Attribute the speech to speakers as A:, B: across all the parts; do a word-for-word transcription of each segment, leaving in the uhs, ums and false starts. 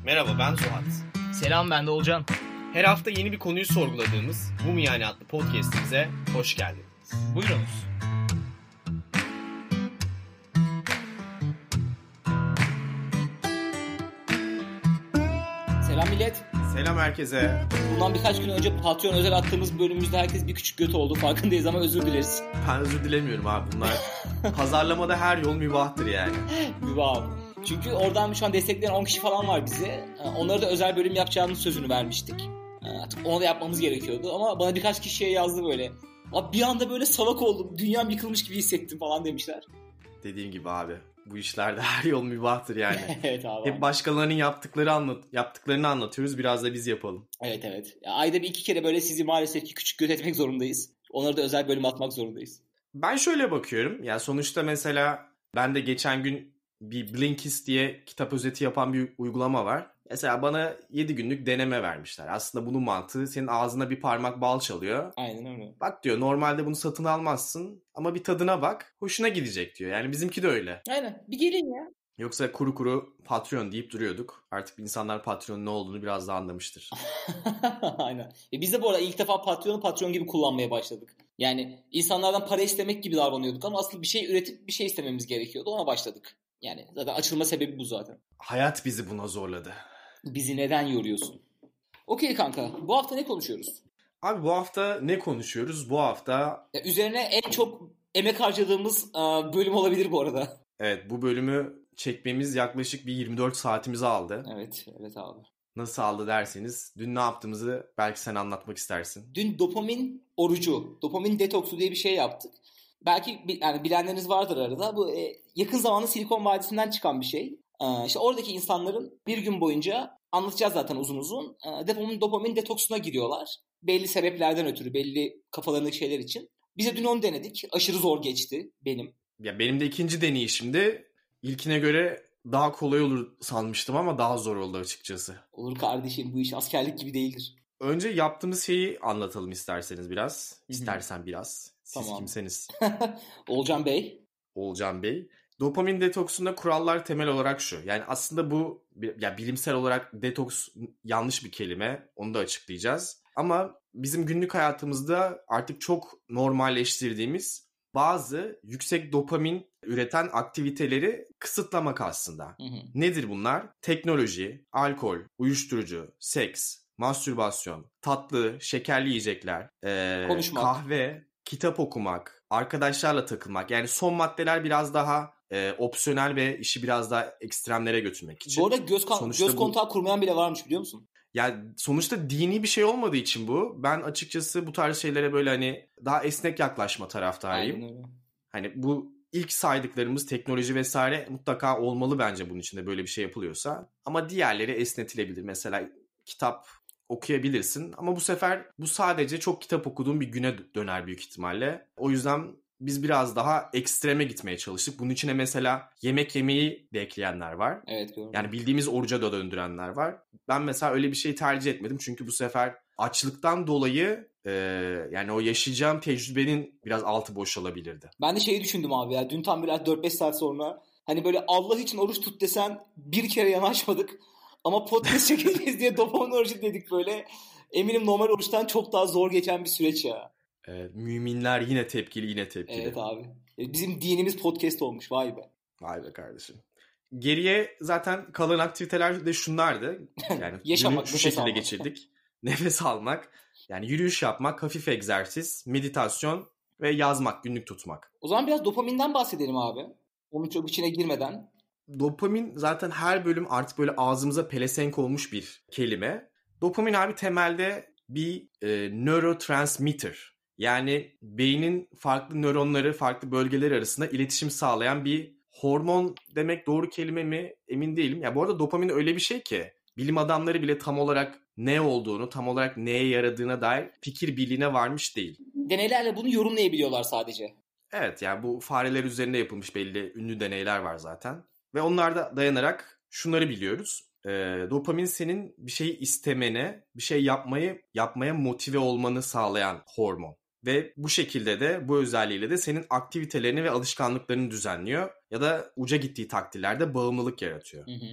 A: Merhaba, ben Suat.
B: Selam, ben de Olcan.
A: Her hafta yeni bir konuyu sorguladığımız Bu Mu Yani adlı podcast'imize hoş geldiniz.
B: Buyurunuz. Selam millet.
A: Selam herkese.
B: Bundan birkaç gün önce Patreon özel attığımız bölümümüzde herkes bir küçük göt oldu. Farkındayız ama özür dileriz.
A: Ben özür dilemiyorum abi. Bunlar pazarlamada her yol mübahtır yani.
B: Mübah abi. Çünkü oradan şu an destekleyen on kişi falan var bize. Onlara da özel bölüm yapacağımız sözünü vermiştik. Artık onu da yapmamız gerekiyordu ama bana birkaç kişiye yazdı böyle. Abi bir anda böyle salak oldum. Dünyam yıkılmış gibi hissettim falan demişler.
A: Dediğim gibi abi. Bu işlerde her yol mübahtır yani.
B: Evet abi.
A: Hep başkalarının yaptıkları anlat yaptıklarını anlatıyoruz. Biraz da biz yapalım.
B: Evet evet. Ya, ayda bir iki kere böyle sizi maalesef ki küçük göt etmek zorundayız. Onlara da özel bölüm atmak zorundayız.
A: Ben şöyle bakıyorum. Ya sonuçta mesela ben de geçen gün bir Blinkist diye kitap özeti yapan bir uygulama var. Mesela bana yedi günlük deneme vermişler. Aslında bunun mantığı senin ağzına bir parmak bal çalıyor.
B: Aynen öyle.
A: Bak diyor, normalde bunu satın almazsın ama bir tadına bak. Hoşuna gidecek diyor. Yani bizimki de öyle.
B: Aynen. Bir gelin ya.
A: Yoksa kuru kuru Patreon deyip duruyorduk. Artık insanlar Patreon'un ne olduğunu biraz daha anlamıştır.
B: Aynen. E biz de bu arada ilk defa Patreon'u Patreon gibi kullanmaya başladık. Yani insanlardan para istemek gibi davranıyorduk ama aslında bir şey üretip bir şey istememiz gerekiyordu. Ona başladık. Yani zaten açılma sebebi bu zaten.
A: Hayat bizi buna zorladı.
B: Bizi neden yoruyorsun? Okey kanka. Bu hafta ne konuşuyoruz?
A: Abi bu hafta ne konuşuyoruz? Bu hafta...
B: Ya üzerine en çok emek harcadığımız uh, bölüm olabilir bu arada.
A: Evet, bu bölümü çekmemiz yaklaşık bir yirmi dört saatimizi aldı.
B: Evet, evet abi.
A: Nasıl aldı derseniz, dün ne yaptığımızı belki sen anlatmak istersin.
B: Dün dopamin orucu, dopamin detoksu diye bir şey yaptık. Belki yani bilenleriniz vardır arada. Bu e, yakın zamanda Silikon Vadisi'nden çıkan bir şey. E, işte oradaki insanların bir gün boyunca, anlatacağız zaten uzun uzun, e, dopamin, dopamin detoksuna giriyorlar. Belli sebeplerden ötürü, belli kafalarındaki şeyler için. Biz de dün onu denedik. Aşırı zor geçti benim.
A: Ya benim de ikinci deneyişimde ilkine göre daha kolay olur sanmıştım ama daha zor oldu açıkçası.
B: Olur kardeşim, bu iş askerlik gibi değildir.
A: Önce yaptığımız şeyi anlatalım isterseniz biraz. İstersen biraz. Siz
B: Tamam.
A: kimseniz.
B: Olcan Bey.
A: Olcan Bey. Dopamin detoksunda kurallar temel olarak şu. Yani aslında bu ya bilimsel olarak detoks yanlış bir kelime. Onu da açıklayacağız. Ama bizim günlük hayatımızda artık çok normalleştirdiğimiz bazı yüksek dopamin üreten aktiviteleri kısıtlamak aslında.
B: Hı hı.
A: Nedir bunlar? Teknoloji, alkol, uyuşturucu, seks, mastürbasyon, tatlı, şekerli yiyecekler, ee,
B: Konuşmak.
A: kahve, kitap okumak, arkadaşlarla takılmak. Yani son maddeler biraz daha e, opsiyonel ve işi biraz daha ekstremlere götürmek için.
B: Bu arada göz, kan- göz kontağı bu... kurmayan bile varmış, biliyor musun?
A: Yani sonuçta dini bir şey olmadığı için bu. Ben açıkçası bu tarz şeylere böyle hani daha esnek yaklaşma taraftarıyım.
B: Aynen öyle.
A: Hani bu ilk saydıklarımız teknoloji vesaire mutlaka olmalı bence bunun içinde böyle bir şey yapılıyorsa. Ama diğerleri esnetilebilir. Mesela kitap okuyabilirsin ama bu sefer bu sadece çok kitap okuduğun bir güne döner büyük ihtimalle. O yüzden biz biraz daha ekstreme gitmeye çalıştık. Bunun içine mesela yemek yemeyi de ekleyenler var.
B: Evet, gördüm.
A: Yani bildiğimiz oruca da döndürenler var. Ben mesela öyle bir şey tercih etmedim. Çünkü bu sefer açlıktan dolayı e, yani o yaşayacağım tecrübenin biraz altı boşalabilirdi.
B: Ben de şeyi düşündüm abi ya. Dün tam böyle dört beş saat sonra hani böyle Allah için oruç tut desen bir kere yanaşmadık. Ama podcast çekeceğiz diye dopamin orucu dedik böyle. Eminim normal oruçtan çok daha zor geçen bir süreç ya.
A: Evet, müminler yine tepkili yine tepkili.
B: Evet abi. Bizim dinimiz podcast olmuş, vay be.
A: Vay be kardeşim. Geriye zaten kalan aktiviteler de şunlardı. Yani
B: yaşamak,
A: şu şekilde
B: almak.
A: geçirdik. Nefes almak, yani yürüyüş yapmak, hafif egzersiz, meditasyon ve yazmak, günlük tutmak.
B: O zaman biraz dopaminden bahsedelim abi. Onun çok içine girmeden.
A: Dopamin zaten her bölüm artık böyle ağzımıza pelesenk olmuş bir kelime. Dopamin abi temelde bir e, neurotransmitter. Yani beynin farklı nöronları, farklı bölgeleri arasında iletişim sağlayan bir hormon demek doğru kelime mi emin değilim. Ya bu arada dopamin öyle bir şey ki bilim adamları bile tam olarak ne olduğunu, tam olarak neye yaradığına dair fikir birliğine varmış değil.
B: Deneylerle bunu yorumlayabiliyorlar sadece.
A: Evet, yani bu fareler üzerinde yapılmış belli ünlü deneyler var zaten. Ve onlarda dayanarak şunları biliyoruz. E, dopamin senin bir şeyi istemene, bir şey yapmayı yapmaya motive olmanı sağlayan hormon. Ve bu şekilde de bu özelliğiyle de senin aktivitelerini ve alışkanlıklarını düzenliyor. Ya da uca gittiği takdirlerde bağımlılık yaratıyor.
B: Hı hı.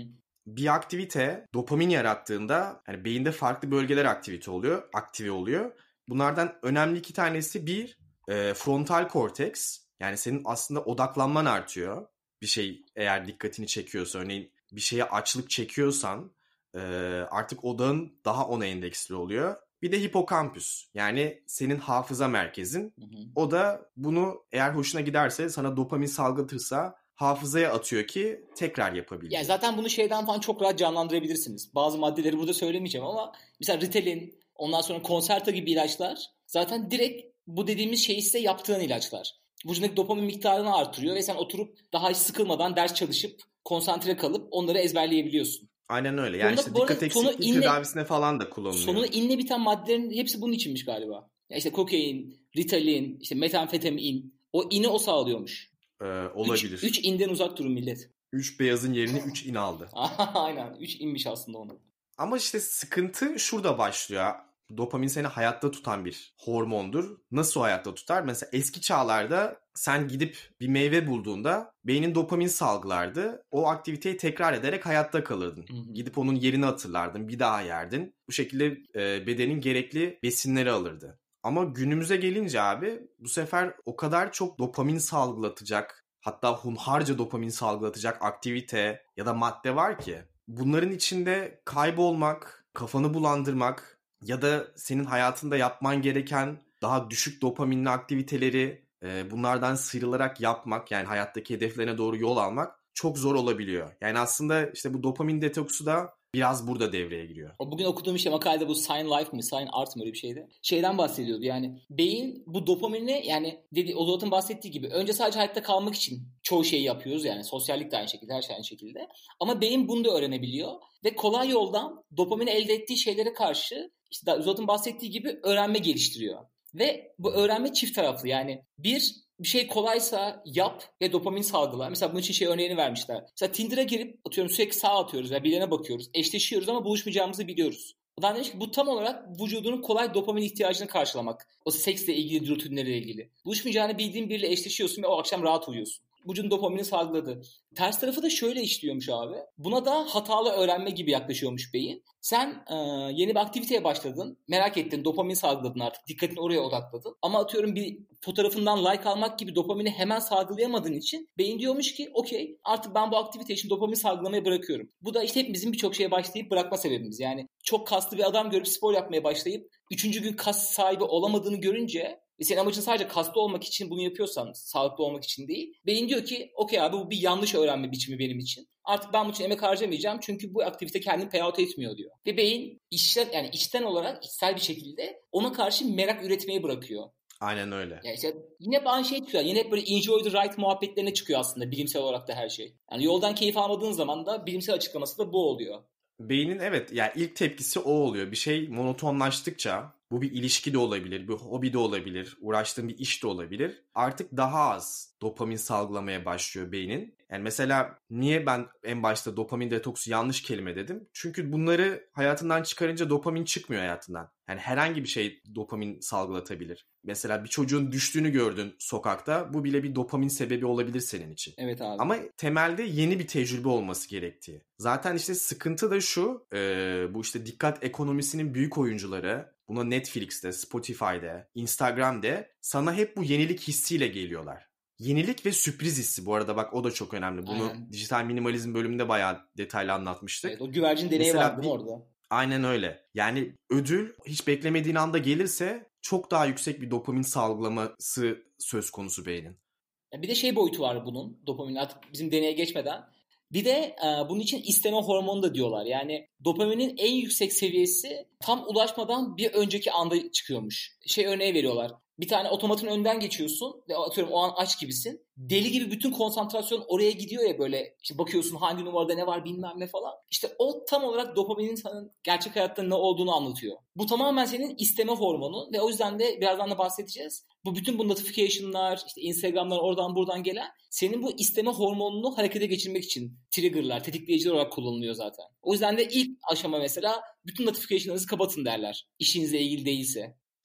A: bir aktivite dopamin yarattığında hani beyinde farklı bölgeler aktivite oluyor, aktive oluyor. Bunlardan önemli iki tanesi bir e, frontal korteks. Yani senin aslında odaklanman artıyor. Bir şey eğer dikkatini çekiyorsa, örneğin bir şeye açlık çekiyorsan e, artık odağın daha ona endeksli oluyor. Bir de hipokampüs, yani senin hafıza merkezin.
B: Hı hı.
A: O da bunu eğer hoşuna giderse, sana dopamin salgılatırsa hafızaya atıyor ki tekrar yapabil.
B: Yani zaten bunu şeyden falan çok rahat canlandırabilirsiniz. Bazı maddeleri burada söylemeyeceğim ama mesela Ritalin, ondan sonra Concerta gibi ilaçlar zaten direkt bu dediğimiz şeyi size yaptığın ilaçlar. Vücudundaki dopamin miktarını artırıyor ve sen oturup daha hiç sıkılmadan ders çalışıp konsantre kalıp onları ezberleyebiliyorsun.
A: Aynen öyle. Yani
B: Sonunda,
A: işte
B: bu arada,
A: dikkat
B: sonu
A: eksikliği
B: inle,
A: tedavisine falan da kullanılıyor.
B: sonunda inle biten maddelerin hepsi bunun içinmiş galiba. Ya işte kokain, Ritalin, işte metamfetamin, o ini o sağlıyormuş.
A: Ee, olabilir.
B: Üç, üç inden uzak durun millet.
A: Üç beyazın yerini üç in aldı.
B: Aynen. Üç inmiş aslında ona.
A: Ama işte sıkıntı şurada başlıyor. Dopamin seni hayatta tutan bir hormondur. Nasıl hayatta tutar? Mesela eski çağlarda sen gidip bir meyve bulduğunda beynin dopamin salgılardı. O aktiviteyi tekrar ederek hayatta kalırdın.
B: Hı hı.
A: Gidip onun yerini hatırlardın, bir daha yerdin. Bu şekilde e, bedenin gerekli besinleri alırdı. Ama günümüze gelince abi bu sefer o kadar çok dopamin salgılatacak, hatta hunharca dopamin salgılatacak aktivite ya da madde var ki bunların içinde kaybolmak, kafanı bulandırmak ya da senin hayatında yapman gereken daha düşük dopaminli aktiviteleri e, bunlardan sıyrılarak yapmak, yani hayattaki hedeflerine doğru yol almak çok zor olabiliyor. Yani aslında işte bu dopamin detoksu da biraz burada devreye giriyor.
B: Bugün okuduğum işte makalede bu Sign Life mi, Sign Art mı öyle bir şeydi. Şeyden bahsediyordu yani. Beyin bu dopamini, yani dedi Ozolot'un bahsettiği gibi önce sadece hayatta kalmak için çoğu şeyi yapıyoruz yani. Sosyallik de aynı şekilde, her şey aynı şekilde. Ama beyin bunu da öğrenebiliyor. Ve kolay yoldan dopamini elde ettiği şeylere karşı işte Ozolot'un bahsettiği gibi öğrenme geliştiriyor. Ve bu öğrenme çift taraflı, yani bir bir şey kolaysa yap ve dopamin salgıla. Mesela bunun için şey örneğini vermişler. Mesela Tinder'a girip atıyorum sürekli sağa atıyoruz veya birilerine bakıyoruz. Eşleşiyoruz ama buluşmayacağımızı biliyoruz. Adam demiş ki bu tam olarak vücudunun kolay dopamin ihtiyacını karşılamak. O seksle ilgili, rutinlerle ilgili. Buluşmayacağını bildiğin biriyle eşleşiyorsun ve o akşam rahat uyuyorsun. Vücudun dopamini salgıladı. Ters tarafı da şöyle işliyormuş abi. Buna da hatalı öğrenme gibi yaklaşıyormuş beyin. Sen e, yeni bir aktiviteye başladın. Merak ettin, dopamin salgıladın artık. Dikkatini oraya odakladın. Ama atıyorum bir fotoğrafından like almak gibi dopamini hemen salgılayamadığın için beyin diyormuş ki okey, artık ben bu aktivite için dopamin salgılamayı bırakıyorum. Bu da işte hepimizin birçok şeye başlayıp bırakma sebebimiz. Yani çok kaslı bir adam görüp spor yapmaya başlayıp üçüncü gün kas sahibi olamadığını görünce ve senin amacın sadece kaslı olmak için bunu yapıyorsan, sağlıklı olmak için değil, beyin diyor ki okey abi, bu bir yanlış öğrenme biçimi benim için. Artık ben bu için emek harcamayacağım çünkü bu aktivite kendini payout etmiyor diyor. Ve beyin içten, yani içten olarak, içsel bir şekilde ona karşı merak üretmeyi bırakıyor.
A: Aynen öyle.
B: Yani işte yine aynı şey çıkıyor. Yine hep böyle enjoy the ride muhabbetlerine çıkıyor aslında bilimsel olarak da her şey. Yani yoldan keyif almadığın zaman da bilimsel açıklaması da bu oluyor.
A: Beynin evet, yani ilk tepkisi o oluyor. Bir şey monotonlaştıkça, bu bir ilişki de olabilir, bir hobi de olabilir, uğraştığın bir iş de olabilir. Artık daha az dopamin salgılamaya başlıyor beynin. Yani mesela niye ben en başta dopamin detoksu yanlış kelime dedim? Çünkü bunları hayatından çıkarınca dopamin çıkmıyor hayatından. Yani herhangi bir şey dopamin salgılatabilir. Mesela bir çocuğun düştüğünü gördün sokakta. Bu bile bir dopamin sebebi olabilir senin için.
B: Evet abi.
A: Ama temelde yeni bir tecrübe olması gerektiği. Zaten işte sıkıntı da şu. E, bu işte dikkat ekonomisinin büyük oyuncuları, buna Netflix'te, Spotify'de, Instagram'de sana hep bu yenilik hissiyle geliyorlar. Yenilik ve sürpriz hissi, bu arada bak o da çok önemli. Bunu
B: Aynen.
A: dijital minimalizm bölümünde bayağı detaylı anlatmıştık.
B: Evet, o güvercin deneyi
A: Mesela
B: vardı değil mi orada?
A: Aynen öyle. Yani ödül hiç beklemediğin anda gelirse çok daha yüksek bir dopamin salgılaması söz konusu beynin.
B: Bir de şey boyutu var bunun, dopamin artık bizim deneye geçmeden. Bir de e, bunun için isteme hormonu da diyorlar. Yani dopaminin en yüksek seviyesi tam ulaşmadan bir önceki anda çıkıyormuş. Şey örneği veriyorlar. Bir tane otomatın önünden geçiyorsun ve atıyorum o an aç gibisin. Deli gibi bütün konsantrasyon oraya gidiyor ya, böyle işte bakıyorsun hangi numarada ne var bilmem ne falan. İşte o tam olarak dopaminin senin gerçek hayatta ne olduğunu anlatıyor. Bu tamamen senin isteme hormonu ve o yüzden de birazdan da bahsedeceğiz. Bu bütün bu notification'lar, işte Instagram'dan oradan buradan gelen senin bu isteme hormonunu harekete geçirmek için trigger'lar, tetikleyiciler olarak kullanılıyor zaten. O yüzden de ilk aşama mesela bütün notification'larınızı kapatın derler. İşinizle ilgili değilse.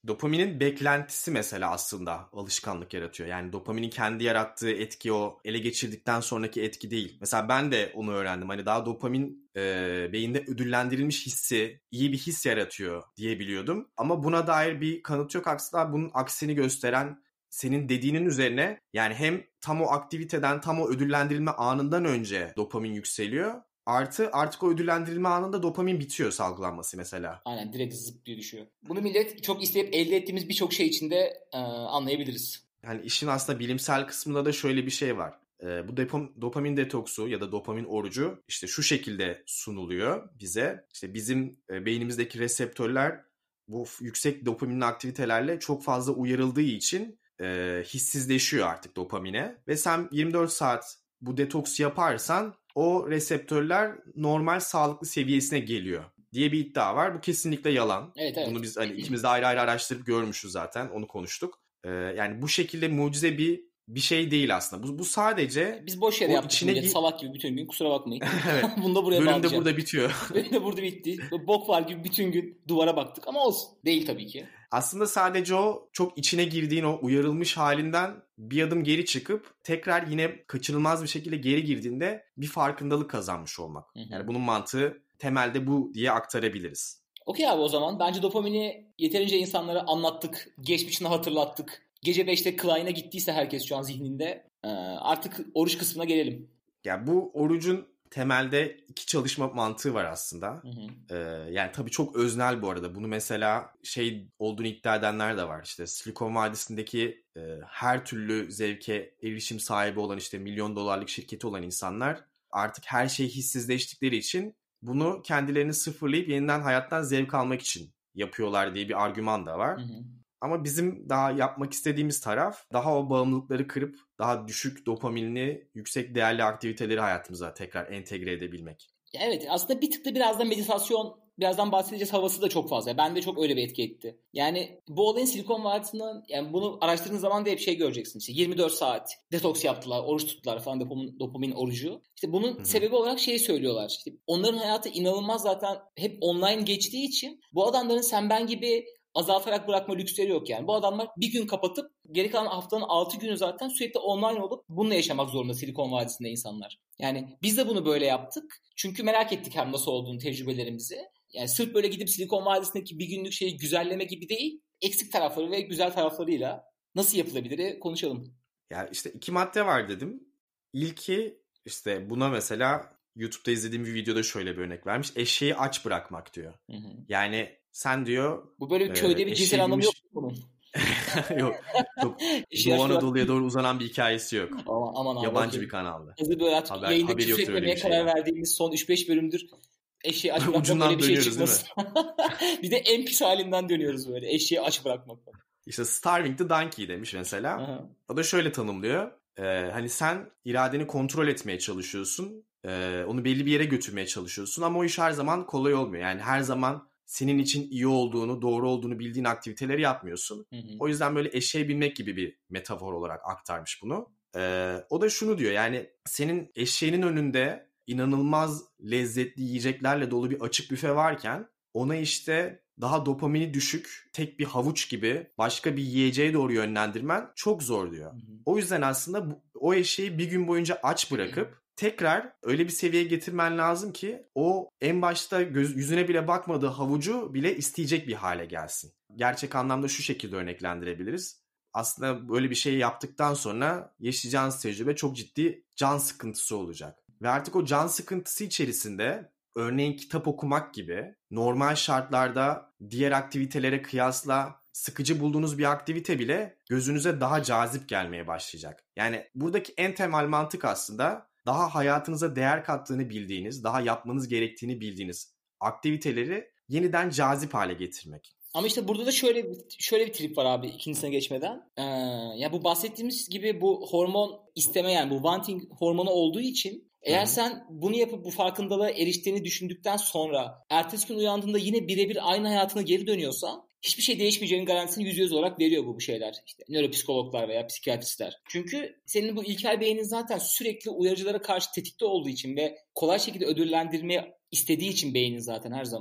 A: Dopaminin beklentisi mesela aslında alışkanlık yaratıyor. Yani dopaminin kendi yarattığı etki o ele geçirdikten sonraki etki değil. Mesela ben de onu öğrendim. Hani daha dopamin e, beyinde ödüllendirilmiş hissi, iyi bir his yaratıyor diye biliyordum. Ama buna dair bir kanıt yok. Aslında bunun aksini gösteren senin dediğinin üzerine yani hem tam o aktiviteden, tam o ödüllendirilme anından önce dopamin yükseliyor. Artı artık o ödüllendirilme anında dopamin bitiyor salgılanması mesela.
B: Aynen direkt zıp diye düşüyor. Bunu millet çok isteyip elde ettiğimiz birçok şey içinde e, anlayabiliriz.
A: Yani işin aslında bilimsel kısmında da şöyle bir şey var. Ee, bu dopam- dopamin detoksu ya da dopamin orucu işte şu şekilde sunuluyor bize. İşte bizim e, beynimizdeki reseptörler bu f- yüksek dopaminli aktivitelerle çok fazla uyarıldığı için e, hissizleşiyor artık dopamine. Ve sen yirmi dört saat bu detoks yaparsan o reseptörler normal sağlıklı seviyesine geliyor diye bir iddia var. Bu kesinlikle yalan.
B: Evet, evet.
A: Bunu biz hani ikimiz de ayrı ayrı araştırıp görmüşüz zaten. Onu konuştuk. Ee, yani bu şekilde mucize bir bir şey değil aslında. Bu, bu sadece
B: Biz boş yere
A: o
B: yaptık
A: içine
B: millet
A: gi-
B: salak gibi bütün gün, kusura bakmayın.
A: Evet.
B: Bunu da buraya
A: Bölüm de
B: bağlayacağım.
A: burada bitiyor.
B: Bölüm de burada bitti. Bok var gibi bütün gün duvara baktık ama olsun. Değil tabii ki.
A: Aslında sadece o çok içine girdiğin o uyarılmış halinden bir adım geri çıkıp tekrar yine kaçınılmaz bir şekilde geri girdiğinde bir farkındalık kazanmış olmak.
B: Hı hı.
A: Yani bunun mantığı temelde bu diye aktarabiliriz.
B: Okey abi, o zaman bence dopamini yeterince insanlara anlattık. Geçmişini hatırlattık. Gece beşte Klein'a gittiyse herkes şu an zihninde, artık oruç kısmına gelelim.
A: Yani bu orucun temelde iki çalışma mantığı var aslında.
B: Hı hı.
A: Ee, yani tabii çok öznel bu arada. Bunu mesela şey olduğunu iddia edenler de var. İşte Silikon Vadisi'ndeki e, her türlü zevke erişim sahibi olan işte milyon dolarlık şirketi olan insanlar artık her şeyi hissizleştikleri için bunu kendilerini sıfırlayıp yeniden hayattan zevk almak için yapıyorlar diye bir argüman da var.
B: Hı hı.
A: Ama bizim daha yapmak istediğimiz taraf daha o bağımlılıkları kırıp daha düşük dopaminli, yüksek değerli aktiviteleri hayatımıza tekrar entegre edebilmek.
B: Evet, aslında bir tık da biraz da meditasyon, birazdan bahsedeceğiz, havası da çok fazla. Ben de çok öyle bir etki etti. Yani bu olayın Silikon Vadisi'nden, yani bunu araştırdığınız zaman da hep şey göreceksin. İşte yirmi dört saat detoks yaptılar, oruç tuttular falan, dopamin, dopamin orucu. İşte bunun
A: Hı-hı.
B: sebebi olarak şeyi söylüyorlar. İşte onların hayatı inanılmaz zaten hep online geçtiği için bu adamların sen ben gibi azaltarak bırakma lüksleri yok yani. Bu adamlar bir gün kapatıp geri kalan haftanın altı günü zaten sürekli online olup bununla yaşamak zorunda Silikon Vadisi'nde insanlar. Yani biz de bunu böyle yaptık. Çünkü merak ettik hem nasıl olduğunu, tecrübelerimizi. Yani sırf böyle gidip Silikon Vadisi'ndeki bir günlük şeyi güzelleme gibi değil, eksik tarafları ve güzel taraflarıyla nasıl yapılabilir konuşalım.
A: Ya işte iki madde var dedim. İlki işte buna mesela YouTube'da izlediğim bir videoda şöyle bir örnek vermiş. Eşeği aç bırakmak diyor. Hı hı. Yani sen diyor...
B: Bu böyle bir köyde
A: e,
B: bir cinsel anlamı
A: binmiş...
B: yok mu bunun?
A: Yok. Çok Doğu Anadolu'ya doğru uzanan bir hikayesi yok.
B: Aman, aman
A: Yabancı
B: abi,
A: bir kanalda.
B: Hızlı böyle artık
A: Haber,
B: yayında
A: haberi
B: küfür
A: yoktur öyle
B: etmemeye
A: bir
B: karar
A: şeyden.
B: verdiğimiz son üç beş bölümdür eşeği aç bırakmak
A: Ucundan
B: böyle bir şey
A: dönüyoruz değil mi?
B: çıkmasın. Bir de en pis halinden dönüyoruz böyle. Eşeği aç bırakmak.
A: İşte Starving the Donkey demiş mesela.
B: Aha.
A: O da şöyle tanımlıyor. Ee, hani sen iradeni kontrol etmeye çalışıyorsun. Ee, onu belli bir yere götürmeye çalışıyorsun. Ama o iş her zaman kolay olmuyor. Yani her zaman senin için iyi olduğunu, doğru olduğunu bildiğin aktiviteleri yapmıyorsun. Hı hı. O yüzden böyle eşeğe binmek gibi bir metafor olarak aktarmış bunu. Ee, o da şunu diyor. Yani senin eşeğinin önünde inanılmaz lezzetli yiyeceklerle dolu bir açık büfe varken ona işte daha dopamini düşük, tek bir havuç gibi başka bir yiyeceğe doğru yönlendirmen çok zor diyor. Hı hı. O yüzden aslında bu, o eşeği bir gün boyunca aç bırakıp tekrar öyle bir seviyeye getirmen lazım ki o en başta göz, yüzüne bile bakmadığı havucu bile isteyecek bir hale gelsin. Gerçek anlamda şu şekilde örneklendirebiliriz. Aslında böyle bir şey yaptıktan sonra yaşayacağınız tecrübe çok ciddi can sıkıntısı olacak. Ve artık o can sıkıntısı içerisinde örneğin kitap okumak gibi normal şartlarda diğer aktivitelere kıyasla sıkıcı bulduğunuz bir aktivite bile gözünüze daha cazip gelmeye başlayacak. Yani buradaki en temel mantık aslında daha hayatınıza değer kattığını bildiğiniz, daha yapmanız gerektiğini bildiğiniz aktiviteleri yeniden cazip hale getirmek.
B: Ama işte burada da şöyle şöyle bir trip var abi ikincisine geçmeden. Ee, ya bu bahsettiğimiz gibi bu hormon isteme, yani bu wanting hormonu olduğu için eğer Hı-hı. sen bunu yapıp bu farkındalığa eriştiğini düşündükten sonra ertesi gün uyandığında yine birebir aynı hayatına geri dönüyorsan hiçbir şey değişmeyeceğinin garantisini yüzde yüz olarak veriyor bu bu şeyler. İşte nöropsikologlar veya psikiyatristler. Çünkü senin bu ilkel beynin zaten sürekli uyarıcılara karşı tetikte olduğu için ve kolay şekilde ödüllendirmeye istediği için beynin zaten her zaman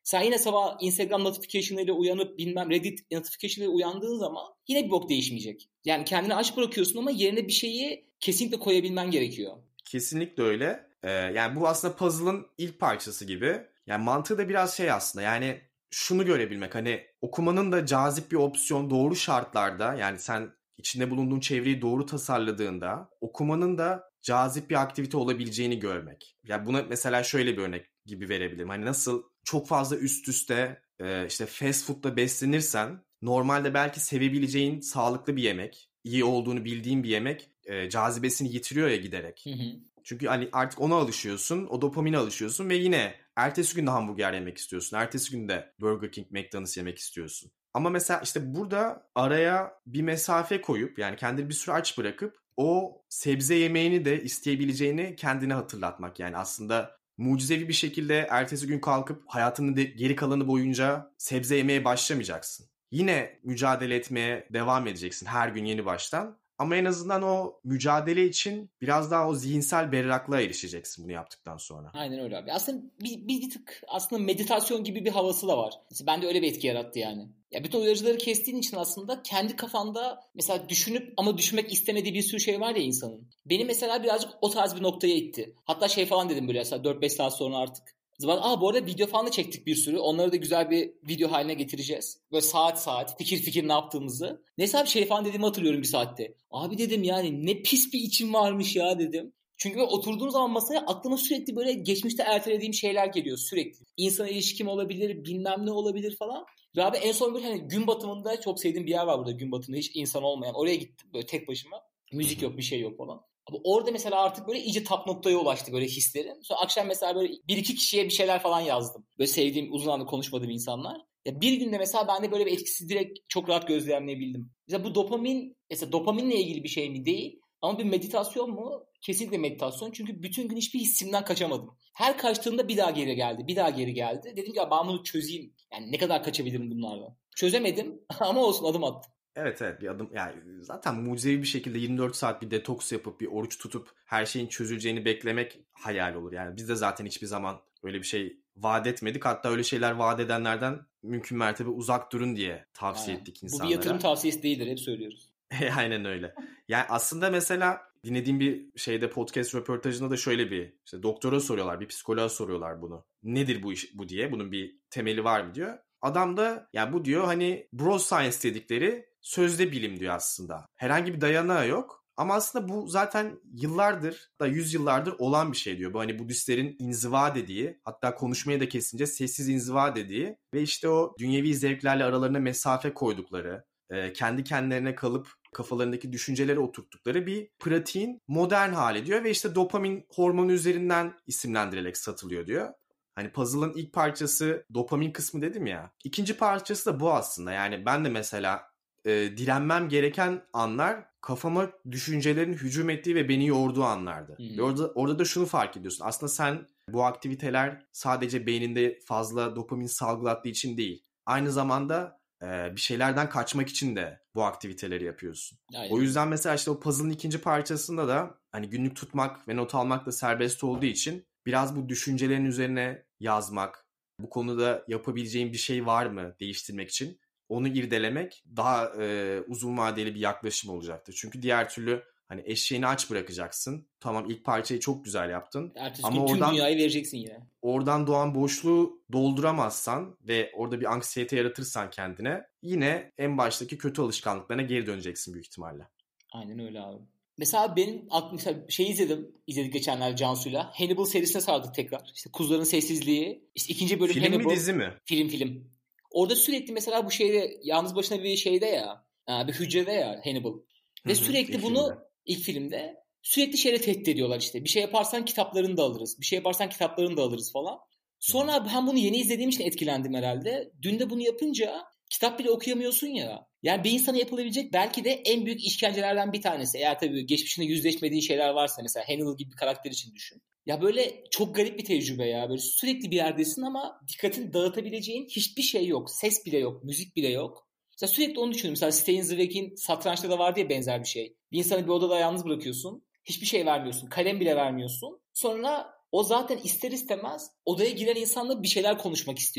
B: Sen yine sabah Instagram notification'ıyla uyanıp bilmem Reddit notification'ıyla uyandığın zaman yine bir bok değişmeyecek. Yani kendini aç bırakıyorsun ama yerine bir şeyi kesinlikle koyabilmen gerekiyor.
A: Kesinlikle öyle. Ee, yani bu aslında puzzle'ın ilk parçası gibi. Yani mantığı da biraz şey aslında, yani şunu görebilmek, hani okumanın da cazip bir opsiyon doğru şartlarda, yani sen içinde bulunduğun çevreyi doğru tasarladığında okumanın da cazip bir aktivite olabileceğini görmek. Yani buna mesela şöyle bir örnek gibi verebilirim. Hani nasıl çok fazla üst üste e, işte fast food'la beslenirsen normalde belki sevebileceğin sağlıklı bir yemek, iyi olduğunu bildiğin bir yemek e, cazibesini yitiriyor ya giderek.
B: Hı hı.
A: Çünkü hani artık ona alışıyorsun, o dopamine alışıyorsun ve yine ertesi gün de hamburger yemek istiyorsun. Ertesi gün de Burger King, McDonald's yemek istiyorsun. Ama mesela işte burada araya bir mesafe koyup, yani kendini bir süre aç bırakıp o sebze yemeğini de isteyebileceğini kendine hatırlatmak. Yani aslında mucizevi bir şekilde ertesi gün kalkıp hayatının de geri kalanı boyunca sebze yemeye başlamayacaksın. Yine mücadele etmeye devam edeceksin her gün yeni baştan. Ama en azından o mücadele için biraz daha o zihinsel berraklığa erişeceksin bunu yaptıktan sonra.
B: Aynen öyle abi. Aslında bir, bir, bir tık aslında meditasyon gibi bir havası da var. Mesela bende öyle bir etki yarattı yani. Ya bütün uyarıcıları kestiğin için aslında kendi kafanda mesela düşünüp ama düşünmek istemediği bir sürü şey var ya insanın. Beni mesela birazcık o tarz bir noktaya itti. Hatta şey falan dedim böyle mesela dört beş saat sonra artık. Aa bu arada video falan da çektik bir sürü. Onları da güzel bir video haline getireceğiz. Böyle saat saat fikir fikir ne yaptığımızı. Neyse abi şey falan dediğimi hatırlıyorum bir saatte. Abi dedim yani ne pis bir içim varmış ya dedim. Çünkü ben oturduğum zaman masaya aklıma sürekli böyle geçmişte ertelediğim şeyler geliyor sürekli. İnsan ilişkim olabilir, bilmem ne olabilir falan. Ve abi en son bir hani gün batımında çok sevdiğim bir yer var burada gün batımında hiç insan olmayan. Oraya gittim böyle tek başıma. Müzik yok bir şey yok falan. Abi orada mesela artık böyle iyice tap noktaya ulaştı böyle hislerim. Sonra akşam mesela böyle bir iki kişiye bir şeyler falan yazdım. Böyle sevdiğim uzun zamandır konuşmadığım insanlar. Ya bir günde mesela bende böyle bir etkisi direkt çok rahat gözlemleyebildim. Mesela bu dopamin, mesela dopaminle ilgili bir şey mi değil ama bir meditasyon mu? Kesinlikle meditasyon. Çünkü bütün gün hiçbir hissimden kaçamadım. Her kaçtığımda bir daha geri geldi, bir daha geri geldi. Dedim ki ya ben bunu çözeyim. Yani ne kadar kaçabilirim bunlardan? Çözemedim ama olsun adım attım.
A: Evet evet bir adım, yani zaten mucizevi bir şekilde yirmi dört saat bir detoks yapıp bir oruç tutup her şeyin çözüleceğini beklemek hayal olur. Yani biz de zaten hiçbir zaman öyle bir şey vaat etmedik. Hatta öyle şeyler vaat edenlerden mümkün mertebe uzak durun diye tavsiye
B: Aynen.
A: ettik
B: Bu
A: insanlara.
B: bir yatırım tavsiyesi değildir hep söylüyoruz.
A: Aynen öyle. Yani aslında mesela dinlediğim bir şeyde podcast röportajında da şöyle bir işte doktora soruyorlar, bir psikoloğa soruyorlar bunu. Nedir bu iş bu diye. Bunun bir temeli var mı diyor. Adam da ya bu diyor hani bro science dedikleri sözde bilim diyor aslında. Herhangi bir dayanağı yok. Ama aslında bu zaten yıllardır da yüzyıllardır olan bir şey diyor. Bu hani Budistlerin inziva dediği, hatta konuşmaya da kesince sessiz inziva dediği ve işte o dünyevi zevklerle aralarına mesafe koydukları, kendi kendilerine kalıp kafalarındaki düşünceleri oturttukları bir pratiğin modern hali diyor ve işte dopamin hormonu üzerinden isimlendirilerek satılıyor diyor. Hani puzzle'ın ilk parçası dopamin kısmı dedim ya. İkinci parçası da bu aslında. Yani ben de mesela e, direnmem gereken anlar kafama düşüncelerin hücum ettiği ve beni yorduğu anlardı. Hmm. Ve orada, orada da şunu fark ediyorsun. Aslında sen bu aktiviteler sadece beyninde fazla dopamin salgılattığı için değil. Aynı zamanda bir şeylerden kaçmak için de bu aktiviteleri yapıyorsun. Aynen. O yüzden mesela işte o puzzle'ın ikinci parçasında da hani günlük tutmak ve not almak da serbest olduğu için biraz bu düşüncelerin üzerine yazmak, bu konuda yapabileceğin bir şey var mı değiştirmek için onu irdelemek daha e, uzun vadeli bir yaklaşım olacaktır. Çünkü diğer türlü hani eşeğini aç bırakacaksın. Tamam ilk parçayı çok güzel yaptın.
B: Ertesi
A: ama
B: gün tüm
A: oradan,
B: dünyayı vereceksin yine.
A: Oradan doğan boşluğu dolduramazsan ve orada bir anksiyete yaratırsan kendine yine en baştaki kötü alışkanlıklarına geri döneceksin büyük ihtimalle.
B: Aynen öyle abi. Mesela benim mesela şey izledim. İzledik geçenler Cansu'yla. Hannibal serisine sardık tekrar. İşte Kuzuların Sessizliği. İşte ikinci bölüm
A: film
B: Hannibal.
A: Film mi dizi mi?
B: Film film. Orada sürekli mesela bu şeyde yalnız başına bir şeyde ya. Bir hücrede ya Hannibal. Ve Hı-hı, sürekli bunu filmde. ilk filmde sürekli şeyle tehdit ediyorlar işte. Bir şey yaparsan kitaplarını da alırız. Bir şey yaparsan kitaplarını da alırız falan. Sonra Hı-hı. ben bunu yeni izlediğim için etkilendim herhalde. Dün de bunu yapınca kitap bile okuyamıyorsun ya. Yani bir insana yapılabilecek belki de en büyük işkencelerden bir tanesi. Eğer tabii geçmişinde yüzleşmediğin şeyler varsa mesela Hannibal gibi bir karakter için düşün. Ya böyle çok garip bir tecrübe ya. Böyle sürekli bir yerdesin ama dikkatini dağıtabileceğin hiçbir şey yok. Ses bile yok, müzik bile yok. Mesela sürekli onu düşünüyorum. Mesela Stein Zweig'in Satrançta da vardı ya benzer bir şey. Bir insanı bir odada yalnız bırakıyorsun. Hiçbir şey vermiyorsun. Kalem bile vermiyorsun. Sonra o zaten ister istemez odaya giren insanla bir şeyler konuşmak istiyor.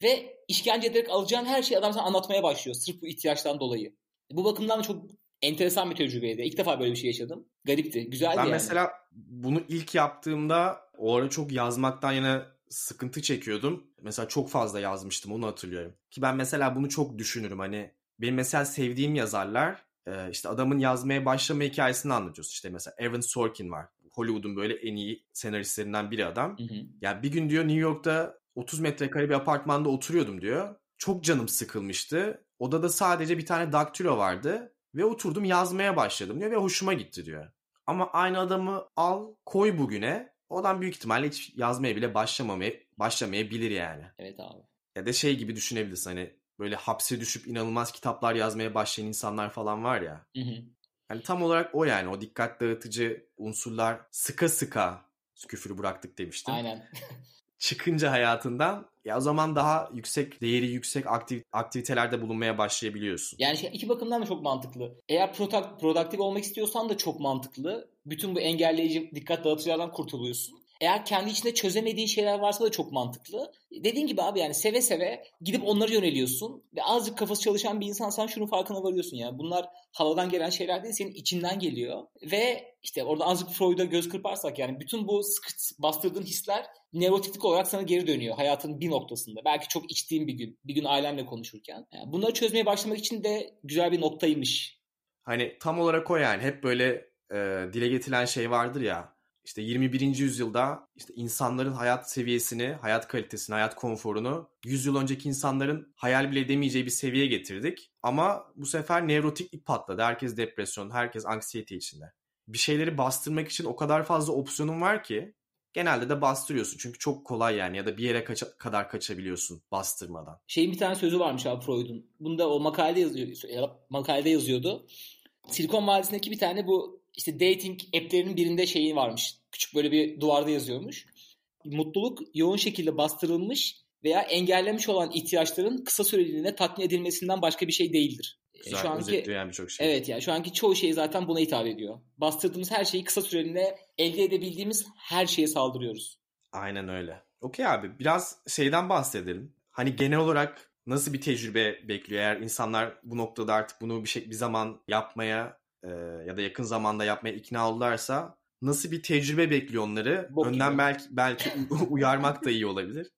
B: Ve işkence ederek alacağın her şeyi adam sana anlatmaya başlıyor. Sırf bu ihtiyaçtan dolayı. Bu bakımdan da çok enteresan bir tecrübeydi. İlk defa böyle bir şey yaşadım. Garipti. Güzeldi
A: Ben
B: yani.
A: mesela bunu ilk yaptığımda o ara çok yazmaktan yana sıkıntı çekiyordum. Mesela çok fazla yazmıştım, onu hatırlıyorum. Ki ben mesela bunu çok düşünürüm. Hani benim mesela sevdiğim yazarlar, işte adamın yazmaya başlama hikayesini anlatıyorsun. İşte mesela Aaron Sorkin var. Hollywood'un böyle en iyi senaristlerinden biri adam.
B: Hı hı.
A: Yani bir gün diyor New York'ta otuz metrekare bir apartmanda oturuyordum diyor. Çok canım sıkılmıştı. Odada sadece bir tane daktilo vardı. Ve oturdum yazmaya başladım diyor ve hoşuma gitti diyor. Ama aynı adamı al koy bugüne. O adam büyük ihtimalle hiç yazmaya bile başlamamaya, başlamayabilir yani.
B: Evet abi.
A: Ya da şey gibi düşünebilirsin, hani böyle hapse düşüp inanılmaz kitaplar yazmaya başlayan insanlar falan var ya.
B: Hı hı.
A: Yani tam olarak o yani, o dikkat dağıtıcı unsurlar sıka sıka, küfürü bıraktık demiştim.
B: Aynen.
A: Çıkınca hayatından ya o zaman daha yüksek değeri yüksek aktiv- aktivitelerde bulunmaya başlayabiliyorsun.
B: Yani şey, iki bakımdan da çok mantıklı. Eğer product, produktif olmak istiyorsan da çok mantıklı. Bütün bu engelleyici dikkat dağıtıcılardan kurtuluyorsun. Eğer kendi içinde çözemediğin şeyler varsa da çok mantıklı. Dediğin gibi abi, yani seve seve gidip onlara yöneliyorsun. Ve azıcık kafası çalışan bir insan şunun farkına varıyorsun ya. Bunlar havadan gelen şeyler değil, senin içinden geliyor. Ve işte orada azıcık Freud'a göz kırparsak, yani bütün bu sıkı bastırdığın hisler nevrotiklik olarak sana geri dönüyor hayatın bir noktasında. Belki çok içtiğin bir gün, bir gün ailemle konuşurken. Yani bunları çözmeye başlamak için de güzel bir noktaymış.
A: Hani tam olarak o yani. Hep böyle e, dile getirilen şey vardır ya. İşte yirmi birinci yüzyılda işte insanların hayat seviyesini, hayat kalitesini, hayat konforunu yüz yıl önceki insanların hayal bile edemeyeceği bir seviyeye getirdik. Ama bu sefer nevrotiklik patladı. Herkes depresyon, herkes anksiyete içinde. Bir şeyleri bastırmak için o kadar fazla opsiyonun var ki genelde de bastırıyorsun. Çünkü çok kolay yani, ya da bir yere kaça- kadar kaçabiliyorsun bastırmadan.
B: Şeyin bir tane sözü varmış abi, Freud'un. Bunda o makalede yazıyor, makalede yazıyordu. Silikon Vadisi'ndeki bir tane bu işte dating app'lerinin birinde şeyi varmış. Küçük böyle bir duvarda yazıyormuş. Mutluluk yoğun şekilde bastırılmış veya engellemiş olan ihtiyaçların kısa süreliğine tatmin edilmesinden başka bir şey değildir.
A: Güzel,
B: Şu anki,
A: özetliyor yani birçok şey.
B: evet, yani şu anki çoğu şey zaten buna hitap ediyor. Bastırdığımız her şeyi kısa süreliğine elde edebildiğimiz her şeye saldırıyoruz.
A: Aynen öyle. Okey abi, biraz şeyden bahsedelim. Hani genel olarak nasıl bir tecrübe bekliyor eğer insanlar bu noktada artık bunu bir şey bir zaman yapmaya e, ya da yakın zamanda yapmaya ikna oldularsa nasıl bir tecrübe bekliyor onları?
B: Bok
A: Önden
B: gibi.
A: belki belki uyarmak da iyi olabilir.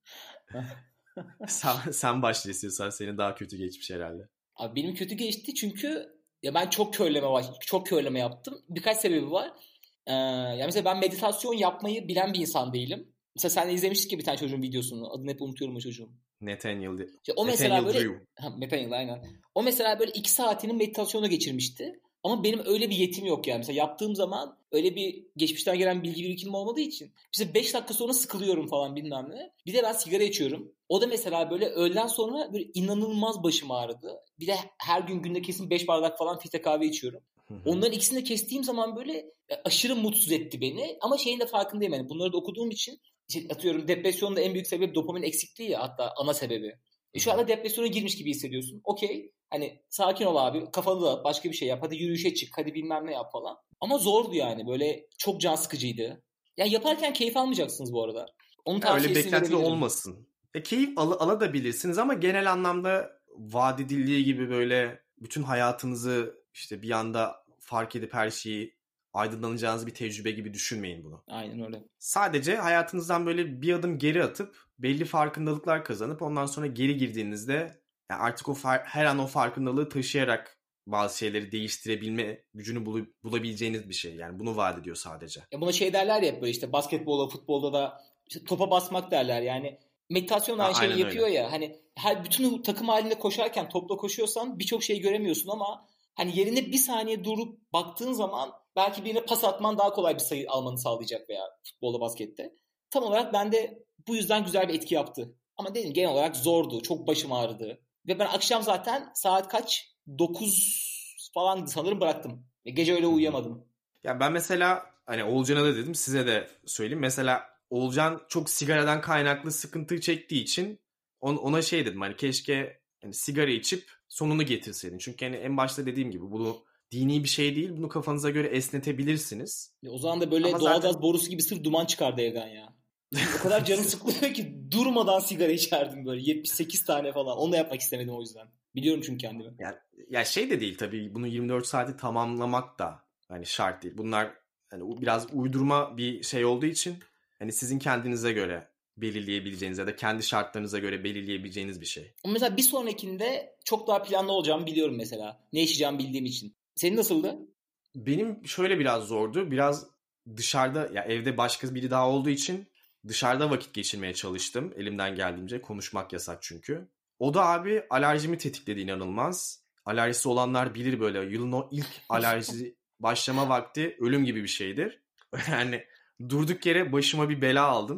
A: Sen, sen başla istiyorsan, senin daha kötü geçmiş herhalde.
B: Abi benim kötü geçti çünkü ya ben çok körleme var, çok körleme yaptım. Birkaç sebebi var. Ee, ya mesela ben meditasyon yapmayı bilen bir insan değilim. Mesela sen de izlemiştik ya bir tane çocuğun videosunu. Adını hep unutuyorum o çocuğun.
A: Nathaniel,
B: İşte o mesela
A: Nathaniel
B: böyle
A: Drew.
B: ha, Nathaniel aynen. O mesela böyle iki saatini meditasyona geçirmişti. Ama benim öyle bir yetim yok yani. Mesela yaptığım zaman öyle bir geçmişten gelen bilgi birikimim olmadığı için mesela beş dakika sonra sıkılıyorum falan bilmem ne. Bir de ben sigara içiyorum. O da mesela böyle öğleden sonra böyle inanılmaz başım ağrıdı. Bir de her gün günde kesin beş bardak falan filtre kahve içiyorum. Onların ikisini de kestiğim zaman böyle aşırı mutsuz etti beni. Ama şeyin de farkındayım yani. Bunları da okuduğum için işte atıyorum, depresyonun da en büyük sebebi dopamin eksikliği ya, hatta ana sebebi. E şu anda depresyona girmiş gibi hissediyorsun. Okey. Hani sakin ol abi. Kafanı da başka bir şey yap. Hadi yürüyüşe çık. Hadi bilmem ne yap falan. Ama zordu yani. Böyle çok can sıkıcıydı. Ya yaparken keyif almayacaksınız bu arada. Onun
A: Ya öyle
B: tavsiyesini
A: beklenti de
B: verebilirim.
A: olmasın. E, keyif al alabilirsiniz ama genel anlamda vaat edildiği gibi böyle bütün hayatınızı işte bir anda fark edip her şeyi aydınlanacağınız bir tecrübe gibi düşünmeyin bunu.
B: Aynen öyle.
A: Sadece hayatınızdan böyle bir adım geri atıp belli farkındalıklar kazanıp ondan sonra geri girdiğinizde yani artık o far- her an o farkındalığı taşıyarak bazı şeyleri değiştirebilme gücünü bul- bulabileceğiniz bir şey. Yani bunu vaat ediyor sadece.
B: Ya buna şey derler ya, hep böyle işte basketbolda, futbolda da işte topa basmak derler. Yani meditasyon
A: Ha,
B: aynı şeyi
A: aynen
B: yapıyor
A: öyle.
B: ya. Hani her bütün takım halinde koşarken topla koşuyorsan birçok şey göremiyorsun ama hani yerine bir saniye durup baktığın zaman belki birine pas atman daha kolay bir sayı almanı sağlayacak veya futbolda, baskette. Tam olarak bende bu yüzden güzel bir etki yaptı. Ama dedim, genel olarak zordu. Çok başım ağrıdı. Ve ben akşam zaten saat kaç? dokuz falan sanırım bıraktım. Ve gece öyle uyuyamadım.
A: Ya ben mesela hani Oğulcan'a da dedim, size de söyleyeyim. Mesela Oğulcan çok sigaradan kaynaklı sıkıntı çektiği için on- ona şey dedim, hani keşke hani sigara içip sonunu getirseydin. Çünkü hani en başta dediğim gibi bu dini bir şey değil. Bunu kafanıza göre esnetebilirsiniz.
B: Ya o zaman da böyle
A: Ama zaten
B: doğalgaz borusu gibi sırf duman çıkardı evden ya. O kadar canım sıkılıyor ki durmadan sigara içerdim böyle. yetmiş sekiz tane falan. Onu da yapmak istemedim o yüzden. Biliyorum çünkü kendimi.
A: Yani, ya şey de değil tabii. Bunu yirmi dört saati tamamlamak da hani şart değil. Bunlar hani biraz uydurma bir şey olduğu için hani sizin kendinize göre belirleyebileceğiniz ya da kendi şartlarınıza göre belirleyebileceğiniz bir şey.
B: Ama mesela bir sonrakinde çok daha planlı olacağımı biliyorum mesela. Ne yaşayacağımı bildiğim için. Senin nasıldı?
A: Benim şöyle biraz zordu. Biraz dışarıda ya evde başka biri daha olduğu için dışarıda vakit geçirmeye çalıştım. Elimden geldiğince. Konuşmak yasak çünkü. O da abi alerjimi tetikledi inanılmaz. Alerjisi olanlar bilir böyle. Yılın o ilk alerji başlama vakti ölüm gibi bir şeydir. Yani durduk yere başıma bir bela aldım.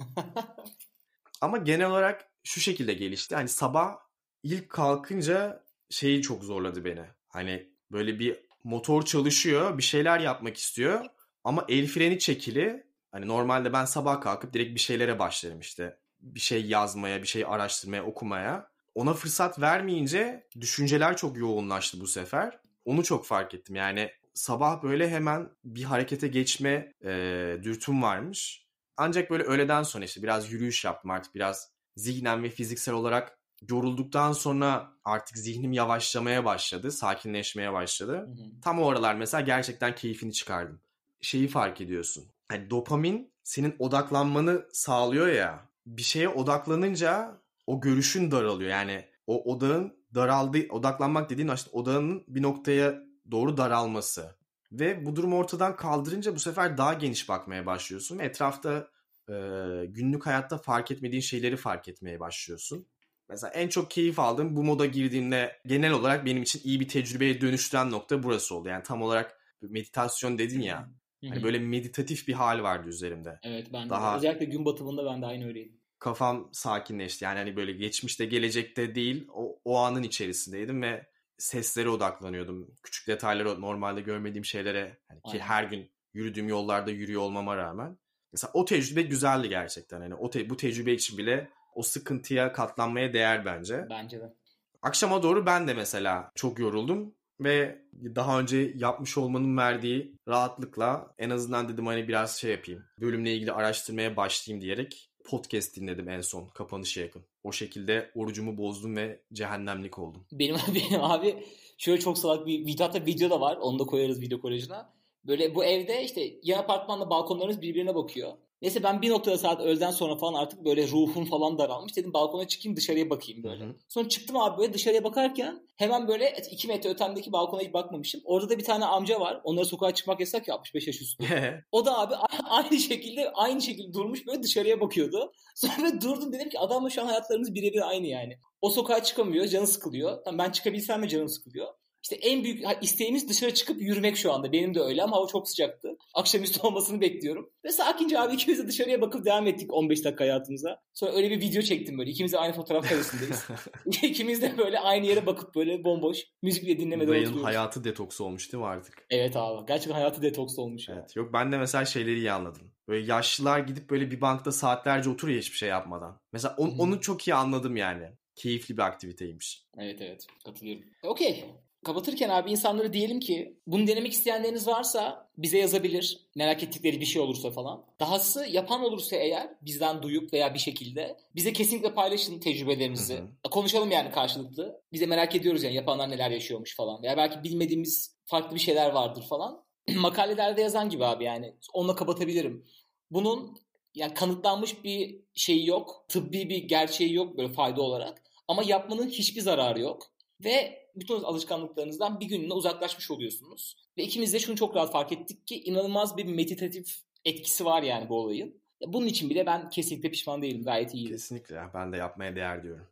A: Ama genel olarak şu şekilde gelişti. Hani sabah ilk kalkınca şeyi çok zorladı beni. Hani böyle bir motor çalışıyor, bir şeyler yapmak istiyor. Ama el freni çekili. Hani normalde ben sabah kalkıp direkt bir şeylere başlarım işte. Bir şey yazmaya, bir şey araştırmaya, okumaya. Ona fırsat vermeyince düşünceler çok yoğunlaştı bu sefer. Onu çok fark ettim. Yani sabah böyle hemen bir harekete geçme e, dürtüm varmış. Ancak böyle öğleden sonra işte biraz yürüyüş yaptım artık. Biraz zihnen ve fiziksel olarak yorulduktan sonra artık zihnim yavaşlamaya başladı. Sakinleşmeye başladı. Hı hı. Tam o aralar mesela gerçekten keyfini çıkardım. Şeyi fark ediyorsun. Hani dopamin senin odaklanmanı sağlıyor ya. Bir şeye odaklanınca o görüşün daralıyor. Yani o odağın daraldığı, odaklanmak dediğin işte odağının bir noktaya doğru daralması. Ve bu durumu ortadan kaldırınca bu sefer daha geniş bakmaya başlıyorsun. Ve etrafta e, günlük hayatta fark etmediğin şeyleri fark etmeye başlıyorsun. Mesela en çok keyif aldığım bu moda girdiğimde genel olarak benim için iyi bir tecrübeye dönüştüren nokta burası oldu. Yani tam olarak meditasyon dedin ya. Hani böyle meditatif bir hal vardı üzerimde.
B: Evet ben de.
A: Daha
B: özellikle gün batımında ben de aynı öyleydim.
A: Kafam sakinleşti. Yani hani böyle geçmişte gelecekte değil o, o anın içerisindeydim ve seslere odaklanıyordum. Küçük detaylara, normalde görmediğim şeylere hani ki her gün yürüdüğüm yollarda yürüyor olmama rağmen. Mesela o tecrübe güzeldi gerçekten. Hani o te- bu tecrübe için bile o sıkıntıya katlanmaya değer bence.
B: Bence de.
A: Akşama doğru ben de mesela çok yoruldum ve daha önce yapmış olmanın verdiği rahatlıkla en azından dedim hani biraz şey yapayım. Bölümle ilgili araştırmaya başlayayım diyerek podcast dinledim en son kapanışa yakın. O şekilde orucumu bozdum ve cehennemlik oldum.
B: Benim, benim abi şöyle çok salak bir video, hatta video da var. Onu da koyarız video kolajına. Böyle bu evde işte yan apartmanla balkonlarımız birbirine bakıyor. Neyse ben bir noktada saat öğleden sonra falan artık böyle ruhum falan daralmış. Dedim balkona çıkayım dışarıya bakayım böyle. Hı hı. Sonra çıktım abi böyle dışarıya bakarken hemen böyle iki metre ötemdeki balkona hiç bakmamışım. Orada da bir tane amca var. Onlara sokağa çıkmak yasak ya altmış beş yaş üstü. O da abi aynı şekilde aynı şekilde durmuş böyle dışarıya bakıyordu. Sonra durdum dedim ki adamla şu an hayatlarımız birebir aynı yani. O sokağa çıkamıyor, canı sıkılıyor. Tamam, ben çıkabilsem de canım sıkılıyor. İşte en büyük isteğimiz dışarı çıkıp yürümek şu anda. Benim de öyle ama hava çok sıcaktı. Akşamüstü olmasını bekliyorum. Ve sakince abi ikimiz de dışarıya bakıp devam ettik on beş dakika hayatımıza. Sonra öyle bir video çektim böyle. İkimiz de aynı fotoğraf karesindeyiz. İkimiz de böyle aynı yere bakıp böyle bomboş müzik bile dinlemeden
A: Dayın
B: oturuyoruz.
A: hayatı detoksu olmuş değil mi artık?
B: Evet abi. Gerçekten hayatı detoksu olmuş.
A: Evet. Ya. Yok ben de mesela şeyleri iyi anladım. Böyle yaşlılar gidip böyle bir bankta saatlerce oturuyor hiçbir şey yapmadan. Mesela on, onu çok iyi anladım yani. Keyifli bir aktiviteymiş.
B: Evet evet. Katılıyorum. Okey. Kapatırken abi insanlara diyelim ki bunu denemek isteyenleriniz varsa bize yazabilir. Merak ettikleri bir şey olursa falan. Dahası yapan olursa eğer bizden duyup veya bir şekilde bize kesinlikle paylaşın tecrübelerinizi. Hı hı. Konuşalım yani karşılıklı. Biz de merak ediyoruz yani yapanlar neler yaşıyormuş falan. Veya belki bilmediğimiz farklı bir şeyler vardır falan. Makalelerde yazan gibi abi yani. Onunla kapatabilirim. Bunun yani kanıtlanmış bir şeyi yok. Tıbbi bir gerçeği yok böyle fayda olarak. Ama yapmanın hiçbir zararı yok. Ve bütün alışkanlıklarınızdan bir gününe uzaklaşmış oluyorsunuz. Ve ikimiz de şunu çok rahat fark ettik ki inanılmaz bir meditatif etkisi var yani bu olayın. Bunun için bile ben kesinlikle pişman değilim. Gayet iyiydi.
A: Kesinlikle. Ben de yapmaya değer diyorum.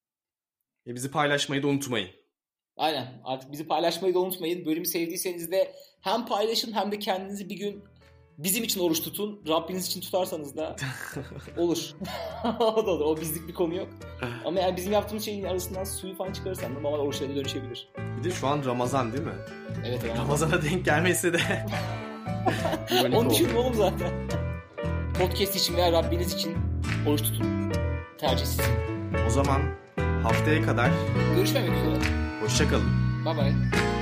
A: E bizi paylaşmayı da unutmayın.
B: Aynen. Artık bizi paylaşmayı da unutmayın. Bölümü sevdiyseniz de hem paylaşın hem de kendinizi bir gün bizim için oruç tutun. Rabbiniz için tutarsanız da olur. O da olur. O bizlik bir konu yok. Ama yani bizim yaptığımız şeyin arasından suyu falan çıkarırsan da normal oruçlara dönüşebilir.
A: Bir de şu an Ramazan değil mi?
B: Evet. evet.
A: Ramazan'a denk gelmesi de
B: onu düşünme oğlum zaten. Podcast için veya Rabbiniz için oruç tutun. Tercih sizin.
A: O zaman haftaya kadar
B: görüşmemek üzere.
A: Hoşça kalın.
B: Bye bye.